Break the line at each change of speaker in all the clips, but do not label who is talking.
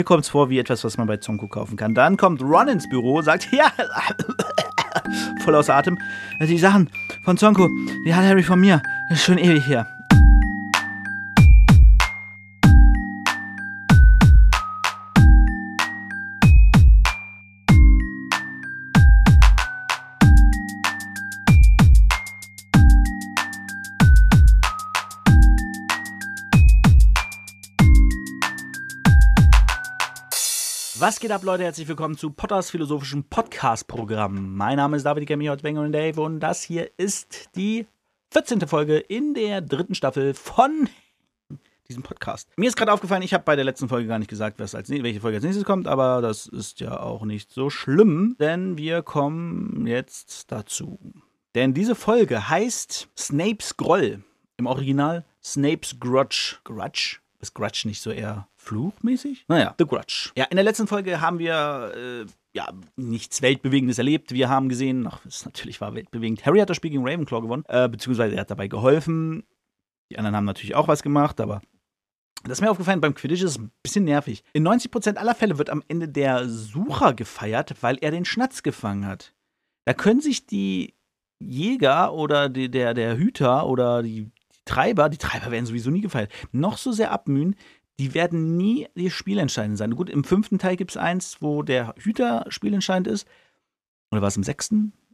Mir kommt es vor wie etwas, was man bei Zonko kaufen kann. Dann kommt Ron ins Büro, sagt, ja, voll außer Atem, die Sachen von Zonko, die hat Harry von mir. Das ist schon ewig her. Was geht ab, Leute? Herzlich willkommen zu Potters philosophischem Podcast-Programm. Mein Name ist David, ich kenne mich heute Wenger und Dave und das hier ist die 14. Folge in der 3. Staffel von diesem Podcast. Mir ist gerade aufgefallen, ich habe bei der letzten Folge gar nicht gesagt, welche Folge als nächstes kommt, aber das ist ja auch nicht so schlimm, denn wir kommen jetzt dazu. Denn diese Folge heißt Snapes Groll. Im Original Snapes Grudge. Grudge? Ist Grudge nicht so eher fluchmäßig? Naja, The Grudge. Ja, in der letzten Folge haben wir nichts Weltbewegendes erlebt. Wir haben gesehen, es natürlich war weltbewegend, Harry hat das Spiel gegen Ravenclaw gewonnen, beziehungsweise er hat dabei geholfen. Die anderen haben natürlich auch was gemacht, aber das ist mir aufgefallen, beim Quidditch ist es ein bisschen nervig. In 90% aller Fälle wird am Ende der Sucher gefeiert, weil er den Schnatz gefangen hat. Da können sich die Jäger oder der Hüter oder die Treiber werden sowieso nie gefeiert, noch so sehr abmühen, die werden nie die spielentscheidend sein. Gut, im 5. Teil gibt es eins, wo der Hüter spielentscheidend ist. Oder war es im 6.?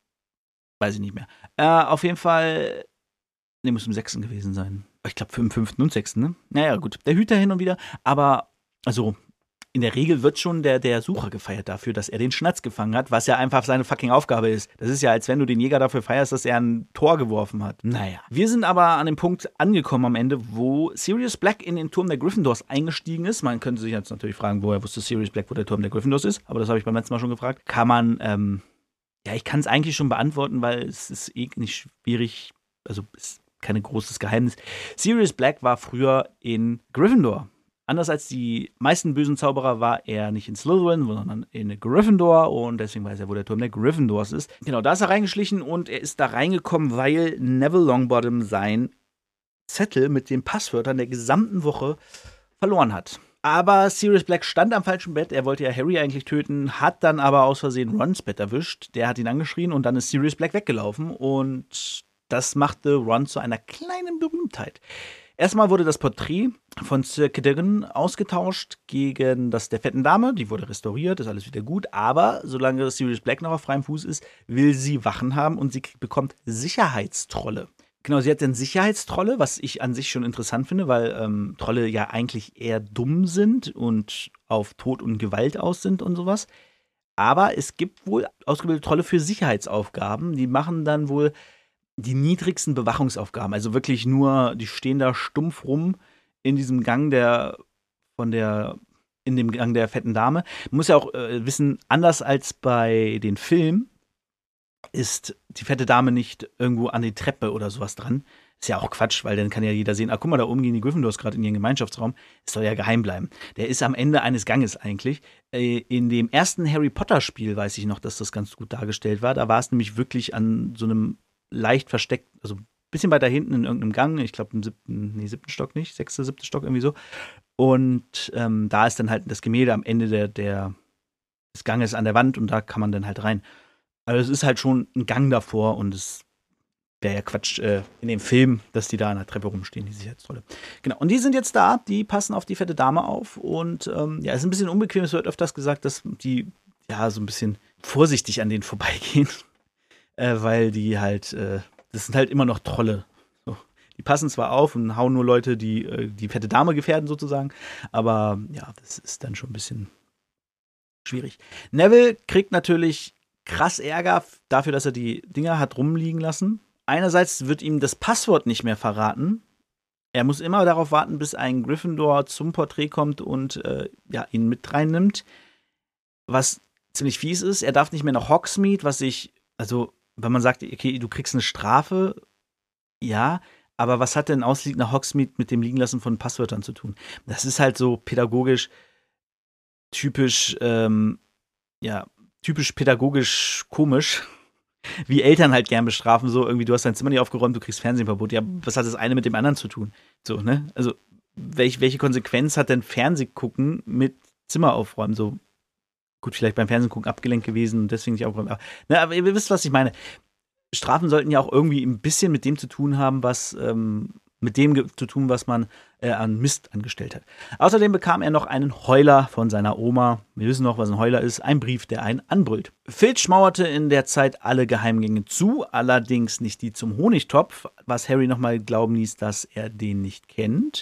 Weiß ich nicht mehr. Auf jeden Fall, muss im 6. gewesen sein. Ich glaube, im 5. und 6. Ne? Naja, gut, der Hüter hin und wieder. Aber, also, in der Regel wird schon der Sucher gefeiert dafür, dass er den Schnatz gefangen hat, was ja einfach seine fucking Aufgabe ist. Das ist ja, als wenn du den Jäger dafür feierst, dass er ein Tor geworfen hat. Naja. Wir sind aber an dem Punkt angekommen am Ende, wo Sirius Black in den Turm der Gryffindors eingestiegen ist. Man könnte sich jetzt natürlich fragen, woher wusste Sirius Black, wo der Turm der Gryffindors ist? Aber das habe ich beim letzten Mal schon gefragt. Kann man, ich kann es eigentlich schon beantworten, weil es ist nicht schwierig, also ist kein großes Geheimnis. Sirius Black war früher in Gryffindor. Anders als die meisten bösen Zauberer war er nicht in Slytherin, sondern in Gryffindor und deswegen weiß er, wo der Turm der Gryffindors ist. Genau, da ist er reingeschlichen und er ist da reingekommen, weil Neville Longbottom sein Zettel mit den Passwörtern der gesamten Woche verloren hat. Aber Sirius Black stand am falschen Bett, er wollte ja Harry eigentlich töten, hat dann aber aus Versehen Rons Bett erwischt. Der hat ihn angeschrien und dann ist Sirius Black weggelaufen und das machte Ron zu einer kleinen Berühmtheit. Erstmal wurde das Porträt von Sir Cadogan ausgetauscht gegen das der fetten Dame. Die wurde restauriert, ist alles wieder gut. Aber solange Sirius Black noch auf freiem Fuß ist, will sie Wachen haben und sie bekommt Sicherheitstrolle. Genau, sie hat dann Sicherheitstrolle, was ich an sich schon interessant finde, weil Trolle ja eigentlich eher dumm sind und auf Tod und Gewalt aus sind und sowas. Aber es gibt wohl ausgebildete Trolle für Sicherheitsaufgaben. Die machen dann wohl die niedrigsten Bewachungsaufgaben, also wirklich nur, die stehen da stumpf rum in diesem Gang in dem Gang der fetten Dame. Man muss ja auch wissen, anders als bei den Filmen ist die fette Dame nicht irgendwo an die Treppe oder sowas dran. Ist ja auch Quatsch, weil dann kann ja jeder sehen, guck mal, da oben gehen die Gryffindors gerade in ihren Gemeinschaftsraum. Es soll ja geheim bleiben. Der ist am Ende eines Ganges eigentlich. In dem ersten Harry Potter Spiel weiß ich noch, dass das ganz gut dargestellt war. Da war es nämlich wirklich an so einem leicht versteckt, also ein bisschen weiter hinten in irgendeinem Gang, ich glaube im 7. Stock nicht, 6., 7. Stock irgendwie so. Und da ist dann halt das Gemälde am Ende des Ganges an der Wand und da kann man dann halt rein. Also es ist halt schon ein Gang davor und es wäre ja Quatsch in dem Film, dass die da an der Treppe rumstehen, die Sicherheitstrolle. Genau, und die sind jetzt da, die passen auf die fette Dame auf und es ist ein bisschen unbequem, es wird öfters gesagt, dass die ja so ein bisschen vorsichtig an denen vorbeigehen. Weil die halt, das sind halt immer noch Trolle. So. Die passen zwar auf und hauen nur Leute, die die fette Dame gefährden sozusagen, aber ja, das ist dann schon ein bisschen schwierig. Neville kriegt natürlich krass Ärger dafür, dass er die Dinger hat rumliegen lassen. Einerseits wird ihm das Passwort nicht mehr verraten. Er muss immer darauf warten, bis ein Gryffindor zum Porträt kommt und ihn mit reinnimmt. Was ziemlich fies ist. Er darf nicht mehr nach Hogsmeade, wenn man sagt, okay, du kriegst eine Strafe, ja, aber was hat denn Ausflug nach Hogsmeade mit dem Liegenlassen von Passwörtern zu tun? Das ist halt so pädagogisch typisch pädagogisch komisch, wie Eltern halt gern bestrafen, so irgendwie, du hast dein Zimmer nicht aufgeräumt, du kriegst Fernsehverbot. Ja, was hat das eine mit dem anderen zu tun? So, ne? Also, welche Konsequenz hat denn Fernsehgucken mit Zimmer aufräumen. So, gut, vielleicht beim Fernsehen gucken abgelenkt gewesen und deswegen nicht aufräumen. Aber ihr wisst, was ich meine. Strafen sollten ja auch irgendwie ein bisschen mit dem zu tun haben, was man an Mist angestellt hat. Außerdem bekam er noch einen Heuler von seiner Oma. Wir wissen noch, was ein Heuler ist. Ein Brief, der einen anbrüllt. Filch mauerte in der Zeit alle Geheimgänge zu, allerdings nicht die zum Honigtopf, was Harry nochmal glauben ließ, dass er den nicht kennt.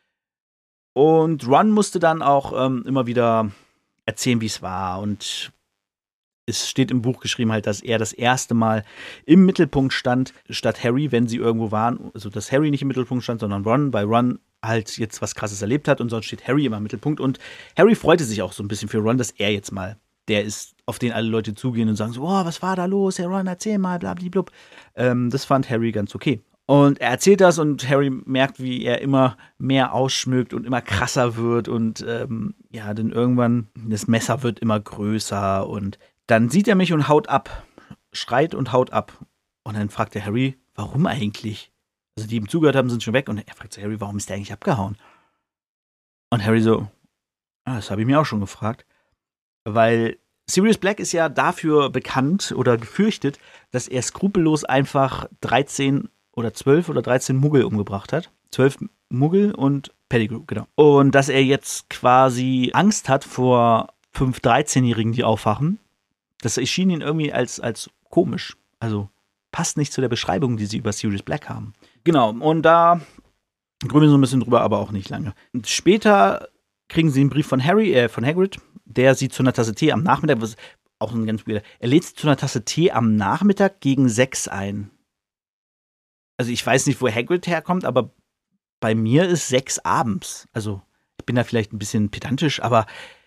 Und Ron musste dann auch immer wieder erzählen, wie es war. Und es steht im Buch geschrieben halt, dass er das erste Mal im Mittelpunkt stand, statt Harry, wenn sie irgendwo waren. Also, dass Harry nicht im Mittelpunkt stand, sondern Ron, weil Ron halt jetzt was Krasses erlebt hat und sonst steht Harry immer im Mittelpunkt. Und Harry freute sich auch so ein bisschen für Ron, dass er jetzt mal der ist, auf den alle Leute zugehen und sagen so, oh, was war da los, Herr Ron, erzähl mal, blablabla. Das fand Harry ganz okay. Und er erzählt das und Harry merkt, wie er immer mehr ausschmückt und immer krasser wird und dann irgendwann das Messer wird immer größer und dann sieht er mich und haut ab, schreit und haut ab. Und dann fragt der Harry, warum eigentlich? Also die ihm zugehört haben, sind schon weg und er fragt so, Harry, warum ist der eigentlich abgehauen? Und Harry so, das habe ich mir auch schon gefragt, weil Sirius Black ist ja dafür bekannt oder gefürchtet, dass er skrupellos einfach 13 oder 12 oder 13 Muggel umgebracht hat. 12 Muggel und Pettigrew, genau. Und dass er jetzt quasi Angst hat vor 5 13-Jährigen, die aufwachen. Das erschien ihn irgendwie als komisch. Also passt nicht zu der Beschreibung, die sie über Sirius Black haben. Genau, und da grübeln so ein bisschen drüber, aber auch nicht lange. Und später kriegen sie einen Brief von Hagrid, der sie zu einer Tasse Tee am Nachmittag, was auch ein ganz weirder, er lädt sie zu einer Tasse Tee am Nachmittag gegen 6 ein. Also ich weiß nicht, wo Hagrid herkommt, aber bei mir ist 6 abends. Also ich bin da vielleicht ein bisschen pedantisch, aber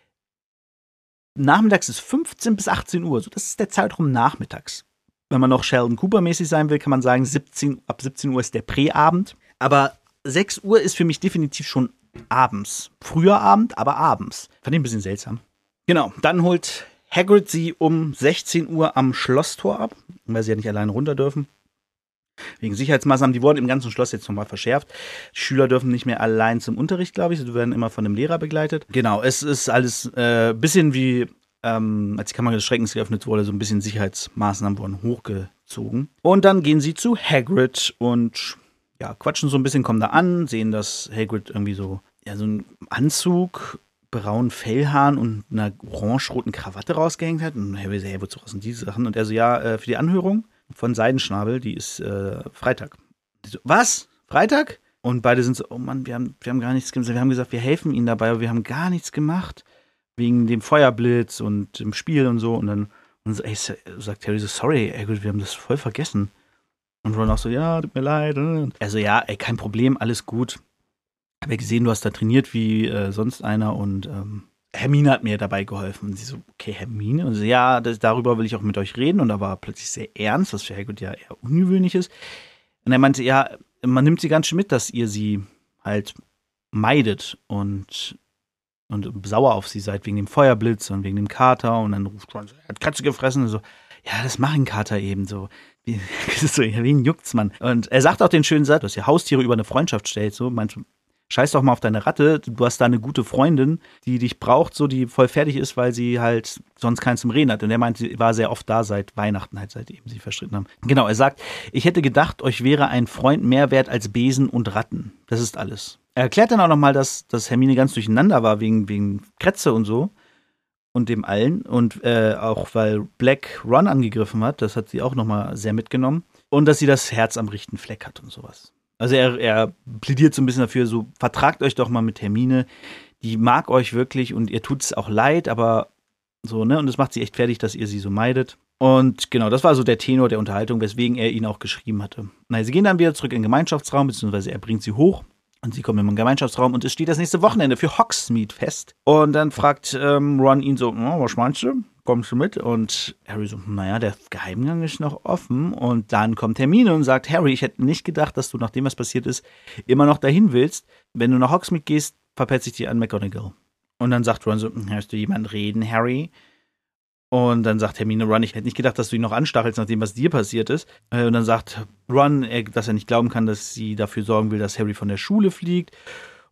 nachmittags ist 15 bis 18 Uhr. So, das ist der Zeitraum nachmittags. Wenn man noch Sheldon Cooper-mäßig sein will, kann man sagen, ab 17 Uhr ist der Präabend. Aber 6 Uhr ist für mich definitiv schon abends. Früher Abend, aber abends. Fand ich ein bisschen seltsam. Genau, dann holt Hagrid sie um 16 Uhr am Schlosstor ab, weil sie ja nicht alleine runter dürfen. Wegen Sicherheitsmaßnahmen, die wurden im ganzen Schloss jetzt nochmal verschärft. Die Schüler dürfen nicht mehr allein zum Unterricht, glaube ich. Sie werden immer von einem Lehrer begleitet. Genau, es ist alles bisschen wie, als die Kammer des Schreckens geöffnet wurde, so ein bisschen Sicherheitsmaßnahmen wurden hochgezogen. Und dann gehen sie zu Hagrid und ja, quatschen so ein bisschen, kommen da an, sehen, dass Hagrid irgendwie so einen Anzug, braunen Fellhaaren und einer orange-roten Krawatte rausgehängt hat. Und Harry so, hey, wozu sind diese Sachen? Und er so, ja, für die Anhörung von Seidenschnabel, die ist Freitag. Die so, was? Freitag? Und beide sind so, oh Mann, wir haben gar nichts gemacht. Wir haben gesagt, wir helfen ihnen dabei, aber wir haben gar nichts gemacht. Wegen dem Feuerblitz und dem Spiel und so. Und dann sagt Harry so, sorry, Hagrid, wir haben das voll vergessen. Und Ron auch so, ja, tut mir leid. Also ja, ey, kein Problem, alles gut. Hab ja gesehen, du hast da trainiert wie sonst einer und Hermine hat mir dabei geholfen. Und sie so, okay, Hermine? Und so, ja, darüber will ich auch mit euch reden. Und da war plötzlich sehr ernst, was für Hagrid ja eher ungewöhnlich ist. Und er meinte, ja, man nimmt sie ganz schön mit, dass ihr sie halt meidet und sauer auf sie seid wegen dem Feuerblitz und wegen dem Kater. Und dann ruft Ron so, er hat Katze gefressen. Und so, ja, das machen Kater eben so. Wen juckt's, Mann? Und er sagt auch den schönen Satz, dass ihr Haustiere über eine Freundschaft stellt. So, meint, scheiß doch mal auf deine Ratte, du hast da eine gute Freundin, die dich braucht, so, die voll fertig ist, weil sie halt sonst keinen zum Reden hat. Und er meint, sie war sehr oft da seit Weihnachten, halt seitdem sie verstritten haben. Genau, er sagt, ich hätte gedacht, euch wäre ein Freund mehr wert als Besen und Ratten. Das ist alles. Er erklärt dann auch nochmal, dass Hermine ganz durcheinander war wegen Kretze und so und dem allen. Und auch weil Black Ron angegriffen hat, das hat sie auch nochmal sehr mitgenommen. Und dass sie das Herz am rechten Fleck hat und sowas. Also er plädiert so ein bisschen dafür, so vertragt euch doch mal mit Hermine, die mag euch wirklich und ihr tut es auch leid, aber so, ne, und es macht sie echt fertig, dass ihr sie so meidet. Und genau, das war so der Tenor der Unterhaltung, weswegen er ihn auch geschrieben hatte. Naja, sie gehen dann wieder zurück in den Gemeinschaftsraum, beziehungsweise er bringt sie hoch und sie kommen in den Gemeinschaftsraum und es steht das nächste Wochenende für Hogsmeade fest. Und dann fragt Ron ihn so, was meinst du? Kommst du mit? Und Harry so, naja, der Geheimgang ist noch offen. Und dann kommt Hermine und sagt, Harry, ich hätte nicht gedacht, dass du, nachdem was passiert ist, immer noch dahin willst. Wenn du nach Hogsmeade gehst, verpetze ich dich an McGonagall. Und dann sagt Ron so, hörst du jemanden reden, Harry? Und dann sagt Hermine, Ron, ich hätte nicht gedacht, dass du ihn noch anstachelst, nachdem was dir passiert ist. Und dann sagt Ron, dass er nicht glauben kann, dass sie dafür sorgen will, dass Harry von der Schule fliegt.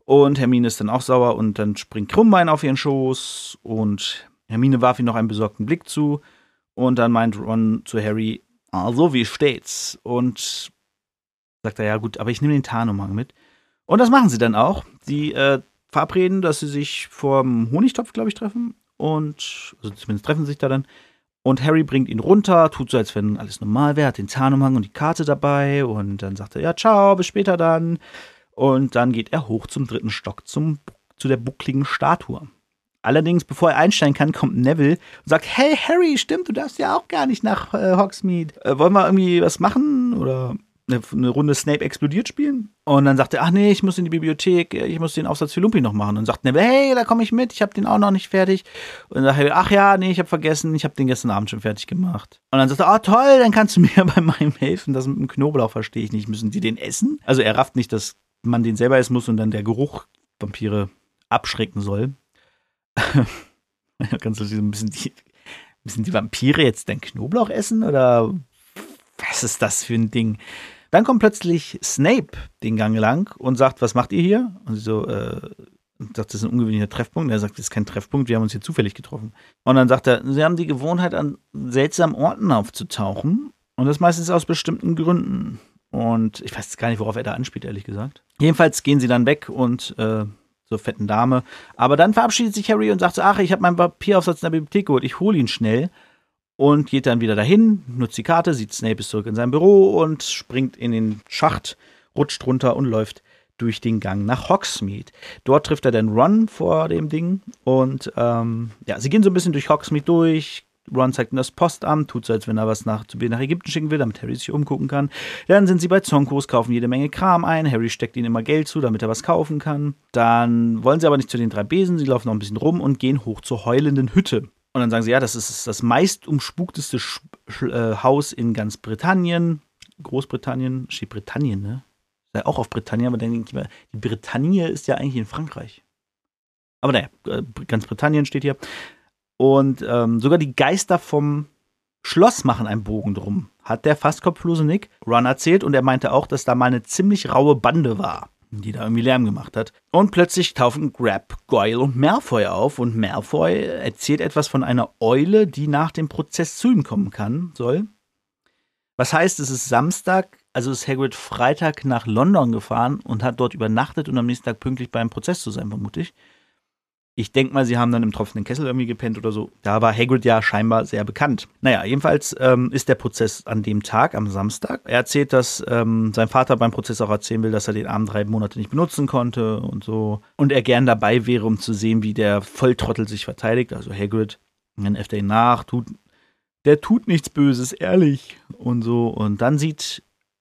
Und Hermine ist dann auch sauer und dann springt Krummbein auf ihren Schoß und Hermine warf ihm noch einen besorgten Blick zu und dann meint Ron zu Harry, also wie steht's? Und sagt er, ja gut, aber ich nehme den Tarnumhang mit. Und das machen sie dann auch. Sie verabreden, dass sie sich vorm Honigtopf, glaube ich, treffen und, also zumindest treffen sie sich da dann. Und Harry bringt ihn runter, tut so, als wenn alles normal wäre, hat den Tarnumhang und die Karte dabei und dann sagt er, ja, ciao, bis später dann. Und dann geht er hoch zum 3. Stock, zu der buckligen Statue. Allerdings, bevor er einsteigen kann, kommt Neville und sagt, hey Harry, stimmt, du darfst ja auch gar nicht nach Hogsmeade. Wollen wir irgendwie was machen oder eine Runde Snape explodiert spielen? Und dann sagt er, ach nee, ich muss in die Bibliothek, ich muss den Aufsatz für Lumpi noch machen. Und dann sagt Neville, hey, da komme ich mit, ich habe den auch noch nicht fertig. Und dann sagt Harry, ach ja, nee, ich habe vergessen, ich habe den gestern Abend schon fertig gemacht. Und dann sagt er, oh toll, dann kannst du mir bei meinem helfen, das mit dem Knoblauch verstehe ich nicht, müssen die den essen? Also er rafft nicht, dass man den selber essen muss und dann der Geruch Vampire abschrecken soll. Kannst du so ein bisschen die Vampire jetzt den Knoblauch essen oder was ist das für ein Ding? Dann kommt plötzlich Snape den Gang lang und sagt, was macht ihr hier? Und sie so, sagt, das ist ein ungewöhnlicher Treffpunkt. Er sagt, das ist kein Treffpunkt, wir haben uns hier zufällig getroffen. Und dann sagt er, sie haben die Gewohnheit, an seltsamen Orten aufzutauchen und das meistens aus bestimmten Gründen. Und ich weiß gar nicht, worauf er da anspielt, ehrlich gesagt. Jedenfalls gehen sie dann weg und zur fetten Dame. Aber dann verabschiedet sich Harry und sagt so, ach, ich habe meinen Papieraufsatz in der Bibliothek geholt, ich hole ihn schnell. Und geht dann wieder dahin, nutzt die Karte, sieht Snape ist zurück in sein Büro und springt in den Schacht, rutscht runter und läuft durch den Gang nach Hogsmeade. Dort trifft er dann Ron vor dem Ding. Und sie gehen so ein bisschen durch Hogsmeade durch. Ron zeigt ihm das Postamt, tut so, als wenn er was nach Ägypten schicken will, damit Harry sich umgucken kann. Dann sind sie bei Zonkos, kaufen jede Menge Kram ein. Harry steckt ihnen immer Geld zu, damit er was kaufen kann. Dann wollen sie aber nicht zu den 3 Besen, sie laufen noch ein bisschen rum und gehen hoch zur heulenden Hütte. Und dann sagen sie, ja, das ist das meist umspukteste Haus in ganz Britannien. Großbritannien, steht Britannien, ne? Ist ja auch auf Britannien, aber dann denke ich mal, die Bretagne ist ja eigentlich in Frankreich. Aber naja, ganz Britannien steht hier. Und sogar die Geister vom Schloss machen einen Bogen drum, hat der fast kopflose Nick Ron erzählt. Und er meinte auch, dass da mal eine ziemlich raue Bande war, die da irgendwie Lärm gemacht hat. Und plötzlich tauchen Grab, Goyle und Malfoy auf. Und Malfoy erzählt etwas von einer Eule, die nach dem Prozess zu ihm kommen soll. Was heißt, es ist Samstag, also ist Hagrid Freitag nach London gefahren und hat dort übernachtet und am nächsten Tag pünktlich beim Prozess zu sein, vermute ich. Ich denke mal, sie haben dann im tropfenden Kessel irgendwie gepennt oder so. Da war Hagrid ja scheinbar sehr bekannt. Naja, jedenfalls ist der Prozess an dem Tag, am Samstag. Er erzählt, dass sein Vater beim Prozess auch erzählen will, dass er den Arm 3 Monate nicht benutzen konnte und so. Und er gern dabei wäre, um zu sehen, wie der Volltrottel sich verteidigt. Also Hagrid. Und dann äfft er ihn nach. Der tut nichts Böses, ehrlich. Und so. Und dann sieht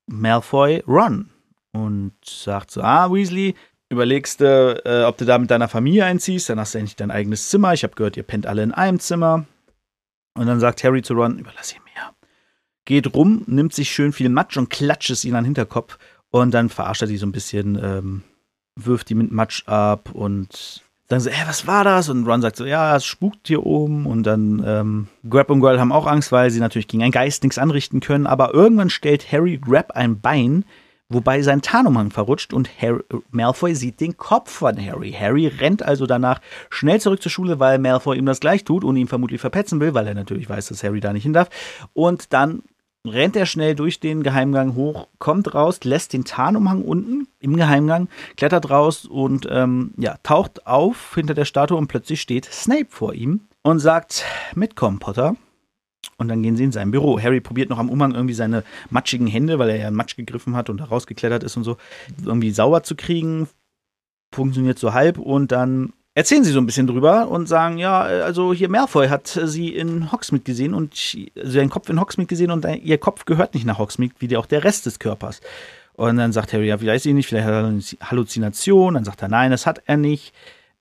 Malfoy Ron und sagt so, Weasley, überlegst du, ob du da mit deiner Familie einziehst, dann hast du endlich dein eigenes Zimmer. Ich habe gehört, ihr pennt alle in einem Zimmer. Und dann sagt Harry zu Ron, überlass ihn mir. Geht rum, nimmt sich schön viel Matsch und klatscht es ihn an den Hinterkopf. Und dann verarscht er die so ein bisschen, wirft die mit Matsch ab und sagen so, was war das? Und Ron sagt so, ja, es spukt hier oben. Und dann Grab und Goyle haben auch Angst, weil sie natürlich gegen einen Geist nichts anrichten können. Aber irgendwann stellt Harry Grab ein Bein, wobei sein Tarnumhang verrutscht und Malfoy sieht den Kopf von Harry. Harry rennt also danach schnell zurück zur Schule, weil Malfoy ihm das gleich tut und ihn vermutlich verpetzen will, weil er natürlich weiß, dass Harry da nicht hin darf. Und dann rennt er schnell durch den Geheimgang hoch, kommt raus, lässt den Tarnumhang unten im Geheimgang, klettert raus und taucht auf hinter der Statue und plötzlich steht Snape vor ihm und sagt, mitkommen, Potter. Und dann gehen sie in sein Büro. Harry probiert noch am Umhang irgendwie seine matschigen Hände, weil er ja in Matsch gegriffen hat und da rausgeklettert ist und so, irgendwie sauber zu kriegen. Funktioniert so halb. Und dann erzählen sie so ein bisschen drüber und sagen, ja, also hier Malfoy hat sie in Hogsmeade gesehen und seinen Kopf in Hogsmeade gesehen und ihr Kopf gehört nicht nach Hogsmeade, wie auch der Rest des Körpers. Und dann sagt Harry, ja, vielleicht nicht, vielleicht hat er eine Halluzination. Dann sagt er, nein, das hat er nicht.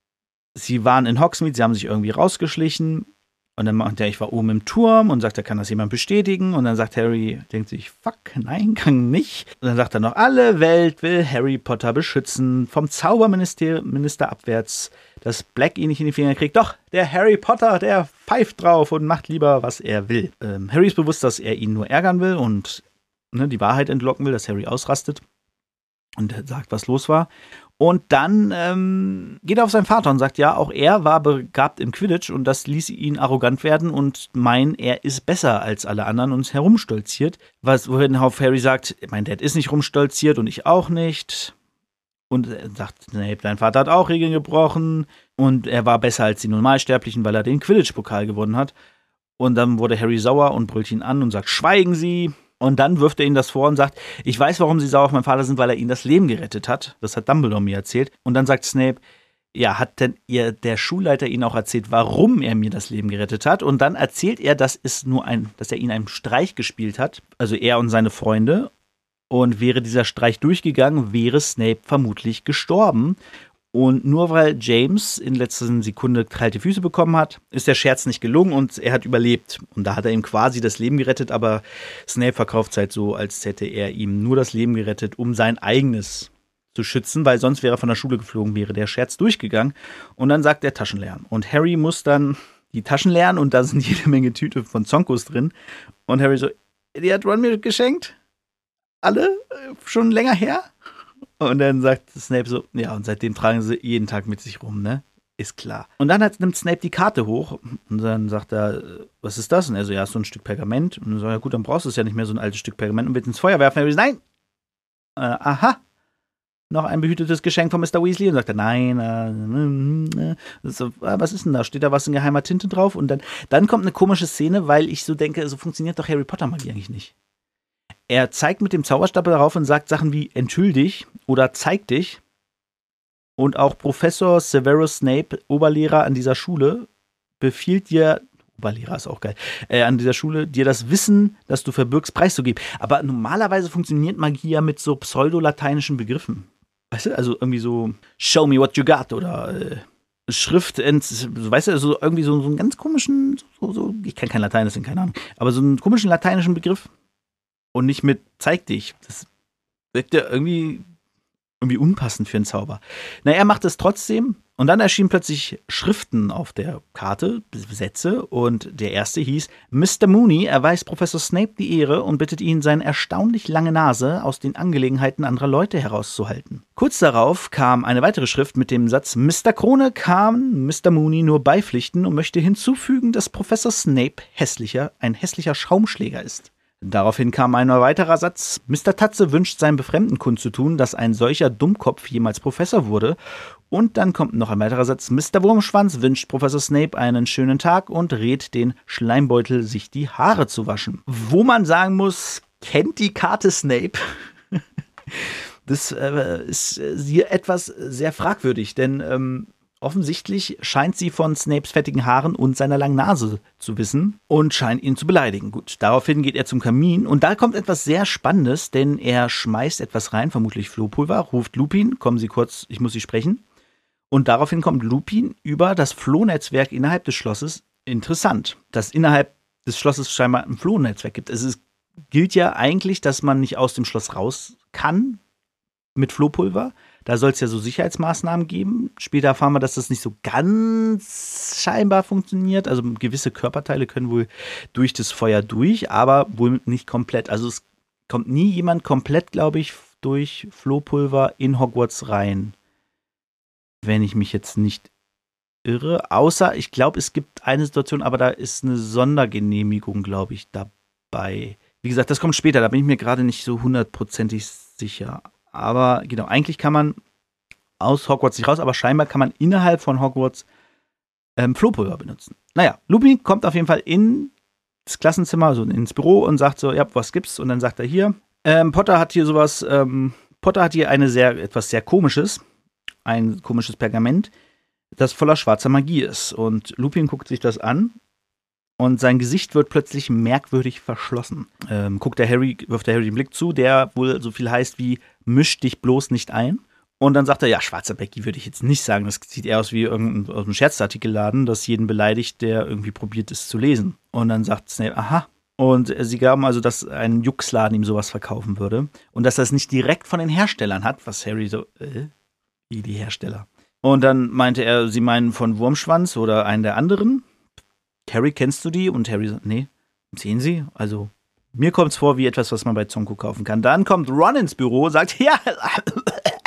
Sie waren in Hogsmeade, sie haben sich irgendwie rausgeschlichen. Und dann meint er, ich war oben im Turm und sagt, kann das jemand bestätigen? Und dann sagt Harry, denkt sich, fuck, nein, kann nicht. Und dann sagt er noch, alle Welt will Harry Potter beschützen, vom Zauberminister abwärts, dass Black ihn nicht in die Finger kriegt. Doch, der Harry Potter, der pfeift drauf und macht lieber, was er will. Harry ist bewusst, dass er ihn nur ärgern will und die Wahrheit entlocken will, dass Harry ausrastet und sagt, was los war. Und dann geht er auf seinen Vater und sagt, ja, auch er war begabt im Quidditch und das ließ ihn arrogant werden und meinen, er ist besser als alle anderen und herumstolziert. Wohin Harry sagt, mein Dad ist nicht rumstolziert und ich auch nicht. Und er sagt, Snape, dein Vater hat auch Regeln gebrochen und er war besser als die Normalsterblichen, weil er den Quidditch-Pokal gewonnen hat. Und dann wurde Harry sauer und brüllt ihn an und sagt, schweigen Sie. Und dann wirft er ihnen das vor und sagt, ich weiß, warum Sie sauer auf meinen Vater sind, weil er ihnen das Leben gerettet hat. Das hat Dumbledore mir erzählt. Und dann sagt Snape, ja, hat denn der Schulleiter Ihnen auch erzählt, warum er mir das Leben gerettet hat? Und dann erzählt er, dass er ihnen einen Streich gespielt hat, also er und seine Freunde. Und wäre dieser Streich durchgegangen, wäre Snape vermutlich gestorben. Und nur weil James in letzter Sekunde kalte Füße bekommen hat, ist der Scherz nicht gelungen und er hat überlebt. Und da hat er ihm quasi das Leben gerettet, aber Snape verkauft es halt so, als hätte er ihm nur das Leben gerettet, um sein eigenes zu schützen, weil sonst wäre er von der Schule geflogen, wäre der Scherz durchgegangen. Und dann sagt er Taschen leeren. Und Harry muss dann die Taschen leeren und da sind jede Menge Tüte von Zonkos drin. Und Harry so, die hat Ron mir geschenkt? Alle? Schon länger her? Und dann sagt Snape so, ja, und seitdem tragen sie jeden Tag mit sich rum, ne? Ist klar. Und dann nimmt Snape die Karte hoch und dann sagt er, was ist das? Und er so, ja, ist so ein Stück Pergament. Und dann so, ja gut, dann brauchst du es ja nicht mehr, so ein altes Stück Pergament und willst ins Feuer werfen. Und er so, nein! Aha! Noch ein behütetes Geschenk von Mr. Weasley. Und sagt er, nein, so, was ist denn da? Steht da was in geheimer Tinte drauf? Und dann kommt eine komische Szene, weil ich so denke, so funktioniert doch Harry Potter Magie eigentlich nicht. Er zeigt mit dem Zauberstab darauf und sagt Sachen wie enthüll dich oder zeig dich. Und auch Professor Severus Snape, Oberlehrer an dieser Schule, befiehlt dir, Oberlehrer ist auch geil, an dieser Schule, dir das Wissen, das du verbirgst, preiszugeben. Aber normalerweise funktioniert Magie ja mit so pseudolateinischen Begriffen. Weißt du, also irgendwie so show me what you got oder Schrift, weißt du, also irgendwie so einen ganz komischen, ich kann kein Latein, deswegen keine Ahnung, aber so einen komischen lateinischen Begriff. Und nicht mit zeig dich. Das wirkt ja irgendwie unpassend für einen Zauber. Na, er macht es trotzdem. Und dann erschienen plötzlich Schriften auf der Karte, Sätze. Und der erste hieß, Mr. Mooney erweist Professor Snape die Ehre und bittet ihn, seine erstaunlich lange Nase aus den Angelegenheiten anderer Leute herauszuhalten. Kurz darauf kam eine weitere Schrift mit dem Satz, Mr. Krone kann Mr. Mooney nur beipflichten und möchte hinzufügen, dass Professor Snape ein hässlicher Schaumschläger ist. Daraufhin kam ein weiterer Satz. Mr. Tatze wünscht seinem Befremden kundzutun, dass ein solcher Dummkopf jemals Professor wurde. Und dann kommt noch ein weiterer Satz. Mr. Wurmschwanz wünscht Professor Snape einen schönen Tag und rät den Schleimbeutel, sich die Haare zu waschen. Wo man sagen muss, kennt die Karte Snape? Das ist hier etwas sehr fragwürdig, denn offensichtlich scheint sie von Snapes fettigen Haaren und seiner langen Nase zu wissen und scheint ihn zu beleidigen. Gut, daraufhin geht er zum Kamin und da kommt etwas sehr Spannendes, denn er schmeißt etwas rein, vermutlich Flohpulver, ruft Lupin, kommen Sie kurz, ich muss Sie sprechen. Und daraufhin kommt Lupin über das Flohnetzwerk innerhalb des Schlosses. Interessant, dass innerhalb des Schlosses scheinbar ein Flohnetzwerk gibt. Es gilt ja eigentlich, dass man nicht aus dem Schloss raus kann mit Flohpulver. Da soll es ja so Sicherheitsmaßnahmen geben. Später erfahren wir, dass das nicht so ganz scheinbar funktioniert. Also gewisse Körperteile können wohl durch das Feuer durch, aber wohl nicht komplett. Also es kommt nie jemand komplett, glaube ich, durch Flohpulver in Hogwarts rein. Wenn ich mich jetzt nicht irre. Außer, ich glaube, es gibt eine Situation, aber da ist eine Sondergenehmigung, glaube ich, dabei. Wie gesagt, das kommt später. Da bin ich mir gerade nicht so hundertprozentig sicher. Aber genau, eigentlich kann man aus Hogwarts nicht raus, aber scheinbar kann man innerhalb von Hogwarts Flohpulver benutzen. Naja, Lupin kommt auf jeden Fall ins Klassenzimmer, also ins Büro und sagt so, ja, was gibt's? Und dann sagt er hier, Potter hat hier sowas, Potter hat hier etwas sehr Komisches, ein komisches Pergament, das voller schwarzer Magie ist. Und Lupin guckt sich das an. Und sein Gesicht wird plötzlich merkwürdig verschlossen. Wirft der Harry den Blick zu, der wohl so viel heißt wie, misch dich bloß nicht ein. Und dann sagt er, ja, schwarzer Magie würde ich jetzt nicht sagen. Das sieht eher aus wie irgendein aus einem Scherzartikelladen, das jeden beleidigt, der irgendwie probiert es zu lesen. Und dann sagt Snape, aha. Und sie glauben also, dass ein Juxladen ihm sowas verkaufen würde. Und dass er es nicht direkt von den Herstellern hat, was Harry so, wie die Hersteller. Und dann meinte er, sie meinen von Wurmschwanz oder einen der anderen. Harry, kennst du die? Und Harry sagt, nee, sehen Sie? Also, mir kommt's vor wie etwas, was man bei Zonko kaufen kann. Dann kommt Ron ins Büro, sagt, ja,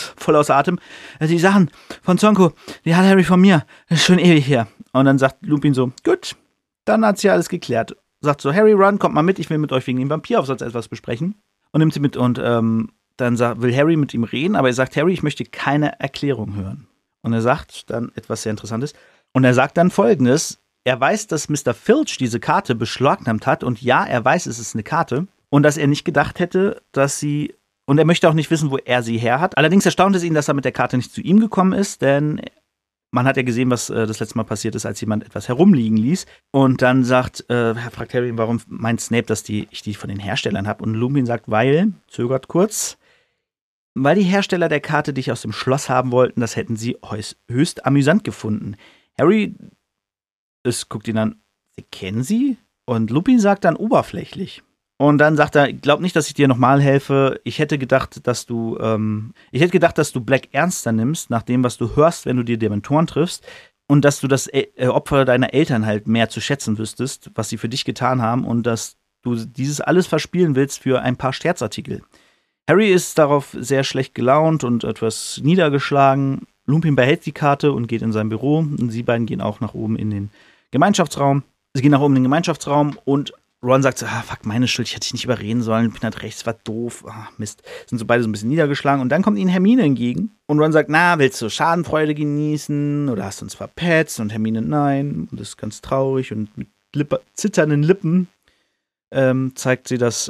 voll außer Atem. Die Sachen von Zonko, die hat Harry von mir. Das ist schon ewig her. Und dann sagt Lupin so, gut, dann hat sie alles geklärt. Sagt so, Harry, Ron, kommt mal mit, ich will mit euch wegen dem Vampiraufsatz etwas besprechen. Und nimmt sie mit und dann will Harry mit ihm reden, aber er sagt, Harry, ich möchte keine Erklärung hören. Und er sagt dann etwas sehr Interessantes. Und er sagt dann Folgendes, er weiß, dass Mr. Filch diese Karte beschlagnahmt hat und ja, er weiß, es ist eine Karte und dass er nicht gedacht hätte, dass sie, und er möchte auch nicht wissen, wo er sie her hat. Allerdings erstaunt es ihn, dass er mit der Karte nicht zu ihm gekommen ist, denn man hat ja gesehen, was das letzte Mal passiert ist, als jemand etwas herumliegen ließ. Und dann fragt Harry, warum meint Snape, dass ich die von den Herstellern habe? Und Lupin sagt, zögert kurz, weil die Hersteller der Karte dich aus dem Schloss haben wollten, das hätten sie höchst amüsant gefunden. Harry guckt ihn an, Sie kennen sie? Und Lupin sagt dann oberflächlich. Und dann sagt er, glaub nicht, dass ich dir nochmal helfe. Ich hätte gedacht, dass du Black ernster nimmst, nach dem, was du hörst, wenn du dir Dementoren triffst. Und dass du das Opfer deiner Eltern halt mehr zu schätzen wüsstest, was sie für dich getan haben. Und dass du dieses alles verspielen willst für ein paar Scherzartikel. Harry ist darauf sehr schlecht gelaunt und etwas niedergeschlagen. Lupin behält die Karte und geht in sein Büro. Und sie beiden gehen auch nach oben in den Gemeinschaftsraum. Sie gehen nach oben in den Gemeinschaftsraum und Ron sagt so, fuck, meine Schuld, ich hätte dich nicht überreden sollen, Lupin hat recht, es war doof, Mist. Sind so beide so ein bisschen niedergeschlagen und dann kommt ihnen Hermine entgegen und Ron sagt, na, willst du Schadenfreude genießen oder hast du uns verpetzt? Und Hermine, nein, und das ist ganz traurig und mit zitternden Lippen zeigt sie, dass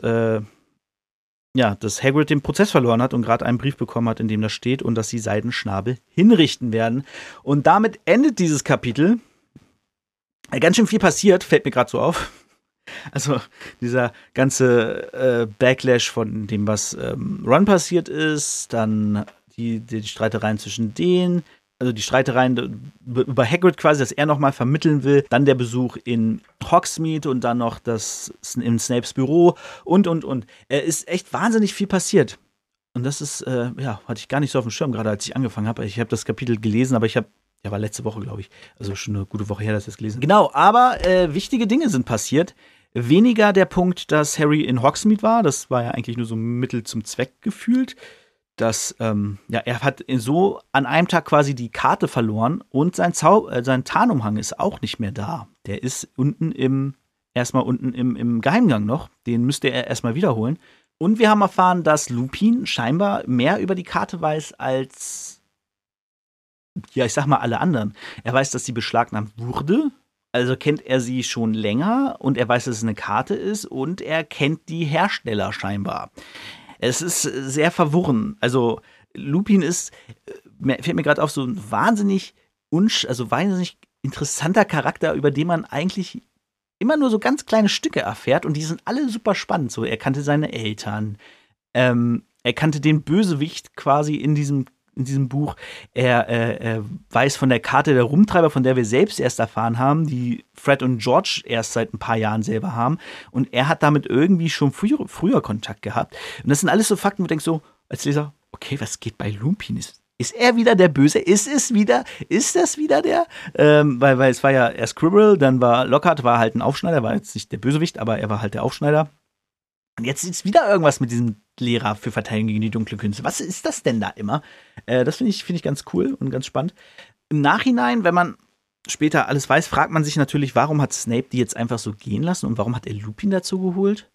Hagrid den Prozess verloren hat und gerade einen Brief bekommen hat, in dem das steht und dass sie Seidenschnabel hinrichten werden. Und damit endet dieses Kapitel. Ganz schön viel passiert, fällt mir gerade so auf. Also dieser ganze Backlash von dem, was Ron passiert ist, dann die Streitereien zwischen denen, also die Streitereien über Hagrid quasi, dass er nochmal vermitteln will, dann der Besuch in Hogsmeade und dann noch das in Snapes Büro und. Ist echt wahnsinnig viel passiert. Und das ist, hatte ich gar nicht so auf dem Schirm, gerade als ich angefangen habe. Ich habe das Kapitel gelesen, aber war letzte Woche, glaube ich. Also schon eine gute Woche her, dass ich das gelesen habe. Genau, aber wichtige Dinge sind passiert. Weniger der Punkt, dass Harry in Hogsmeade war. Das war ja eigentlich nur so Mittel zum Zweck gefühlt. Dass, er hat so an einem Tag quasi die Karte verloren und sein Tarnumhang ist auch nicht mehr da. Der ist erstmal unten im Geheimgang noch. Den müsste er erstmal wiederholen. Und wir haben erfahren, dass Lupin scheinbar mehr über die Karte weiß als, ich sag mal, alle anderen. Er weiß, dass sie beschlagnahmt wurde. Also kennt er sie schon länger und er weiß, dass es eine Karte ist und er kennt die Hersteller scheinbar. Es ist sehr verworren. Also Lupin fällt mir gerade auf, so ein wahnsinnig interessanter Charakter, über den man eigentlich immer nur so ganz kleine Stücke erfährt und die sind alle super spannend. So, er kannte seine Eltern, er kannte den Bösewicht quasi in diesem Buch. Er weiß von der Karte der Rumtreiber, von der wir selbst erst erfahren haben, die Fred und George erst seit ein paar Jahren selber haben. Und er hat damit irgendwie schon früher Kontakt gehabt. Und das sind alles so Fakten, wo du denkst so, als Leser, okay, was geht bei Lupin? Ist er wieder der Böse? Ist das wieder der? Weil es war ja erst Scribble, dann war Lockhart, war halt ein Aufschneider, war jetzt nicht der Bösewicht, aber er war halt der Aufschneider. Und jetzt ist wieder irgendwas mit diesem Lehrer für Verteidigung gegen die dunkle Künste. Was ist das denn da immer? Das finde ich ganz cool und ganz spannend. Im Nachhinein, wenn man später alles weiß, fragt man sich natürlich, warum hat Snape die jetzt einfach so gehen lassen und warum hat er Lupin dazu geholt?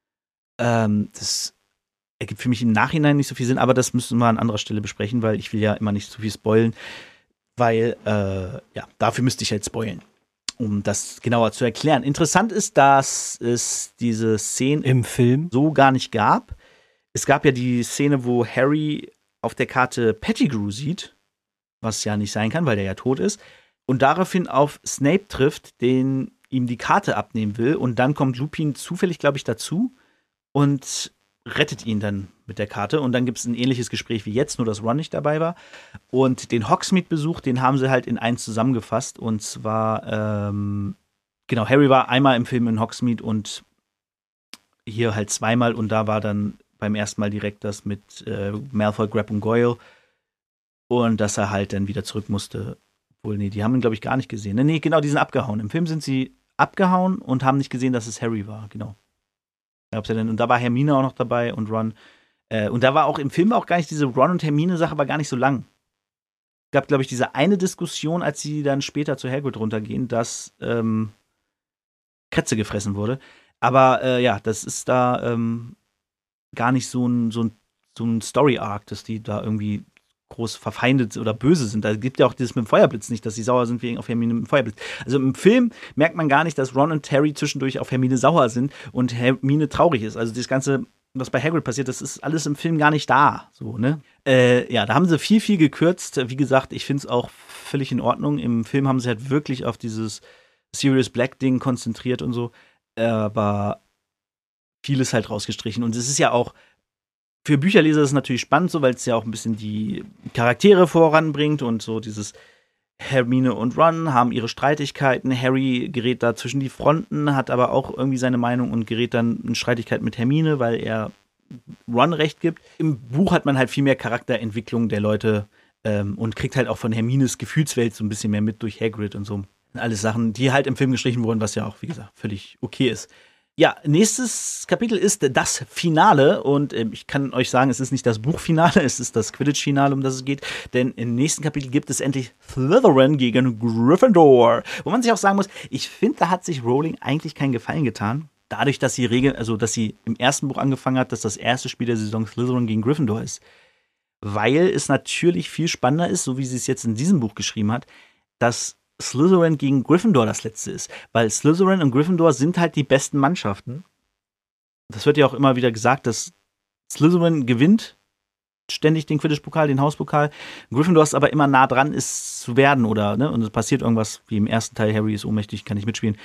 Das ergibt für mich im Nachhinein nicht so viel Sinn, aber das müssen wir an anderer Stelle besprechen, weil ich will ja immer nicht zu viel spoilen, weil, dafür müsste ich halt spoilen, um das genauer zu erklären. Interessant ist, dass es diese Szene im Film so gar nicht gab. Es gab ja die Szene, wo Harry auf der Karte Pettigrew sieht, was ja nicht sein kann, weil der ja tot ist, und daraufhin auf Snape trifft, den ihm die Karte abnehmen will, und dann kommt Lupin zufällig, glaube ich, dazu und rettet ihn dann mit der Karte. Und dann gibt es ein ähnliches Gespräch wie jetzt, nur dass Ron nicht dabei war. Und den Hogsmeade-Besuch, den haben sie halt in eins zusammengefasst. Und zwar, Harry war einmal im Film in Hogsmeade und hier halt zweimal. Und da war dann beim ersten Mal direkt das mit Malfoy, Crabbe und Goyle. Und dass er halt dann wieder zurück musste. Obwohl, nee, die haben ihn, glaube ich, gar nicht gesehen. Nee, genau, die sind abgehauen. Im Film sind sie abgehauen und haben nicht gesehen, dass es Harry war. Genau. Und da war Hermine auch noch dabei und Ron. Und da war auch im Film auch gar nicht diese Ron und Hermine-Sache war gar nicht so lang. Es gab, glaube ich, diese eine Diskussion, als sie dann später zu Hagrid runtergehen, dass Kretze gefressen wurde. Aber ja, das ist da gar nicht so ein Story-Arc, dass die da irgendwie groß verfeindet oder böse sind. Da gibt ja auch dieses mit dem Feuerblitz nicht, dass sie sauer sind wegen auf Hermine mit dem Feuerblitz. Also im Film merkt man gar nicht, dass Ron und Harry zwischendurch auf Hermine sauer sind und Hermine traurig ist. Also das Ganze, was bei Hagrid passiert, das ist alles im Film gar nicht da. So, ne? Ja, da haben sie viel gekürzt. Wie gesagt, ich finde es auch völlig in Ordnung. Im Film haben sie halt wirklich auf dieses Sirius Black-Ding konzentriert und so. Aber vieles halt rausgestrichen. Und es ist ja auch für Bücherleser ist es natürlich spannend, so, weil es ja auch ein bisschen die Charaktere voranbringt und so dieses Hermine und Ron haben ihre Streitigkeiten. Harry gerät da zwischen die Fronten, hat aber auch irgendwie seine Meinung und gerät dann in Streitigkeit mit Hermine, weil er Ron recht gibt. Im Buch hat man halt viel mehr Charakterentwicklung der Leute und kriegt halt auch von Hermines Gefühlswelt so ein bisschen mehr mit durch Hagrid und so. Alles Sachen, die halt im Film gestrichen wurden, was ja auch, wie gesagt, völlig okay ist. Ja, nächstes Kapitel ist das Finale und ich kann euch sagen, es ist nicht das Buchfinale, es ist das Quidditch-Finale, um das es geht, denn im nächsten Kapitel gibt es endlich Slytherin gegen Gryffindor. Wo man sich auch sagen muss, ich finde, da hat sich Rowling eigentlich keinen Gefallen getan, dadurch, dass dass sie im ersten Buch angefangen hat, dass das erste Spiel der Saison Slytherin gegen Gryffindor ist. Weil es natürlich viel spannender ist, so wie sie es jetzt in diesem Buch geschrieben hat, dass Slytherin gegen Gryffindor das letzte ist. Weil Slytherin und Gryffindor sind halt die besten Mannschaften. Das wird ja auch immer wieder gesagt, dass Slytherin gewinnt ständig den Quidditch-Pokal, den Hauspokal. Gryffindor ist aber immer nah dran, es zu werden, oder, ne? Und es passiert irgendwas, wie im ersten Teil, Harry ist ohnmächtig, kann nicht mitspielen.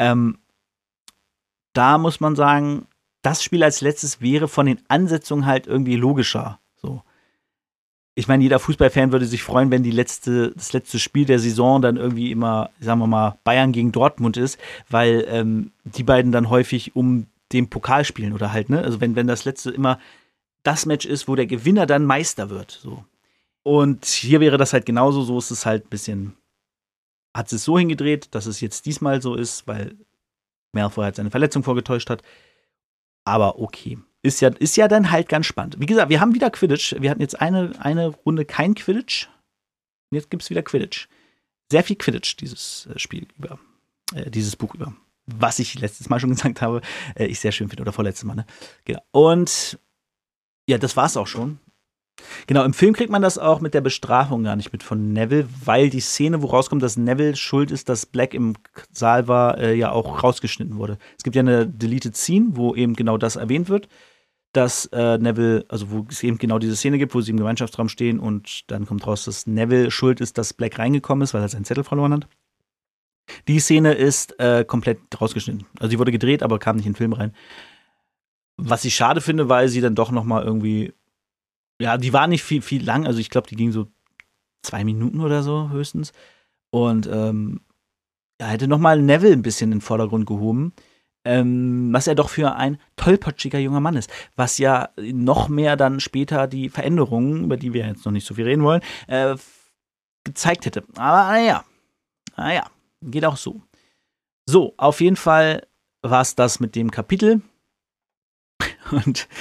Da muss man sagen, das Spiel als letztes wäre von den Ansetzungen halt irgendwie logischer. So. Ich meine, jeder Fußballfan würde sich freuen, wenn das letzte Spiel der Saison dann irgendwie immer, sagen wir mal, Bayern gegen Dortmund ist, weil die beiden dann häufig um den Pokal spielen oder halt, ne? Also wenn das letzte immer das Match ist, wo der Gewinner dann Meister wird. So. Und hier wäre das halt genauso, so ist es halt ein bisschen, hat es so hingedreht, dass es jetzt diesmal so ist, weil Malfoy halt seine Verletzung vorgetäuscht hat. Aber okay. Ist ja dann halt ganz spannend. Wie gesagt, wir haben wieder Quidditch. Wir hatten jetzt eine Runde kein Quidditch. Und jetzt gibt es wieder Quidditch. Sehr viel Quidditch, dieses Spiel über, dieses Buch über. Was ich letztes Mal schon gesagt habe, ich sehr schön finde. Oder vorletztes Mal, ne? Genau. Und ja, das war's auch schon. Genau, im Film kriegt man das auch mit der Bestrafung gar nicht mit von Neville, weil die Szene, wo rauskommt, dass Neville schuld ist, dass Black im Saal war, ja auch rausgeschnitten wurde. Es gibt ja eine Deleted Scene, wo eben genau das erwähnt wird, dass Neville, also wo es eben genau diese Szene gibt, wo sie im Gemeinschaftsraum stehen und dann kommt raus, dass Neville schuld ist, dass Black reingekommen ist, weil er seinen Zettel verloren hat. Die Szene ist komplett rausgeschnitten. Also die wurde gedreht, aber kam nicht in den Film rein. Was ich schade finde, weil sie dann doch noch mal irgendwie ja, die war nicht viel lang, also ich glaube, die ging so 2 Minuten oder so höchstens. Und er hätte nochmal Neville ein bisschen in den Vordergrund gehoben, was er doch für ein tollpatschiger junger Mann ist. Was ja noch mehr dann später die Veränderungen, über die wir jetzt noch nicht so viel reden wollen, gezeigt hätte. Aber naja, geht auch so. So, auf jeden Fall war es das mit dem Kapitel. Und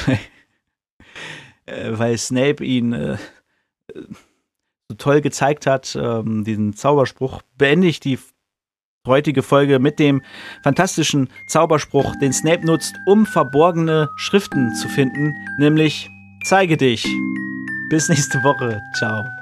weil Snape ihn so toll gezeigt hat, diesen Zauberspruch, beende ich die heutige Folge mit dem fantastischen Zauberspruch, den Snape nutzt, um verborgene Schriften zu finden, nämlich zeige dich. Bis nächste Woche. Ciao.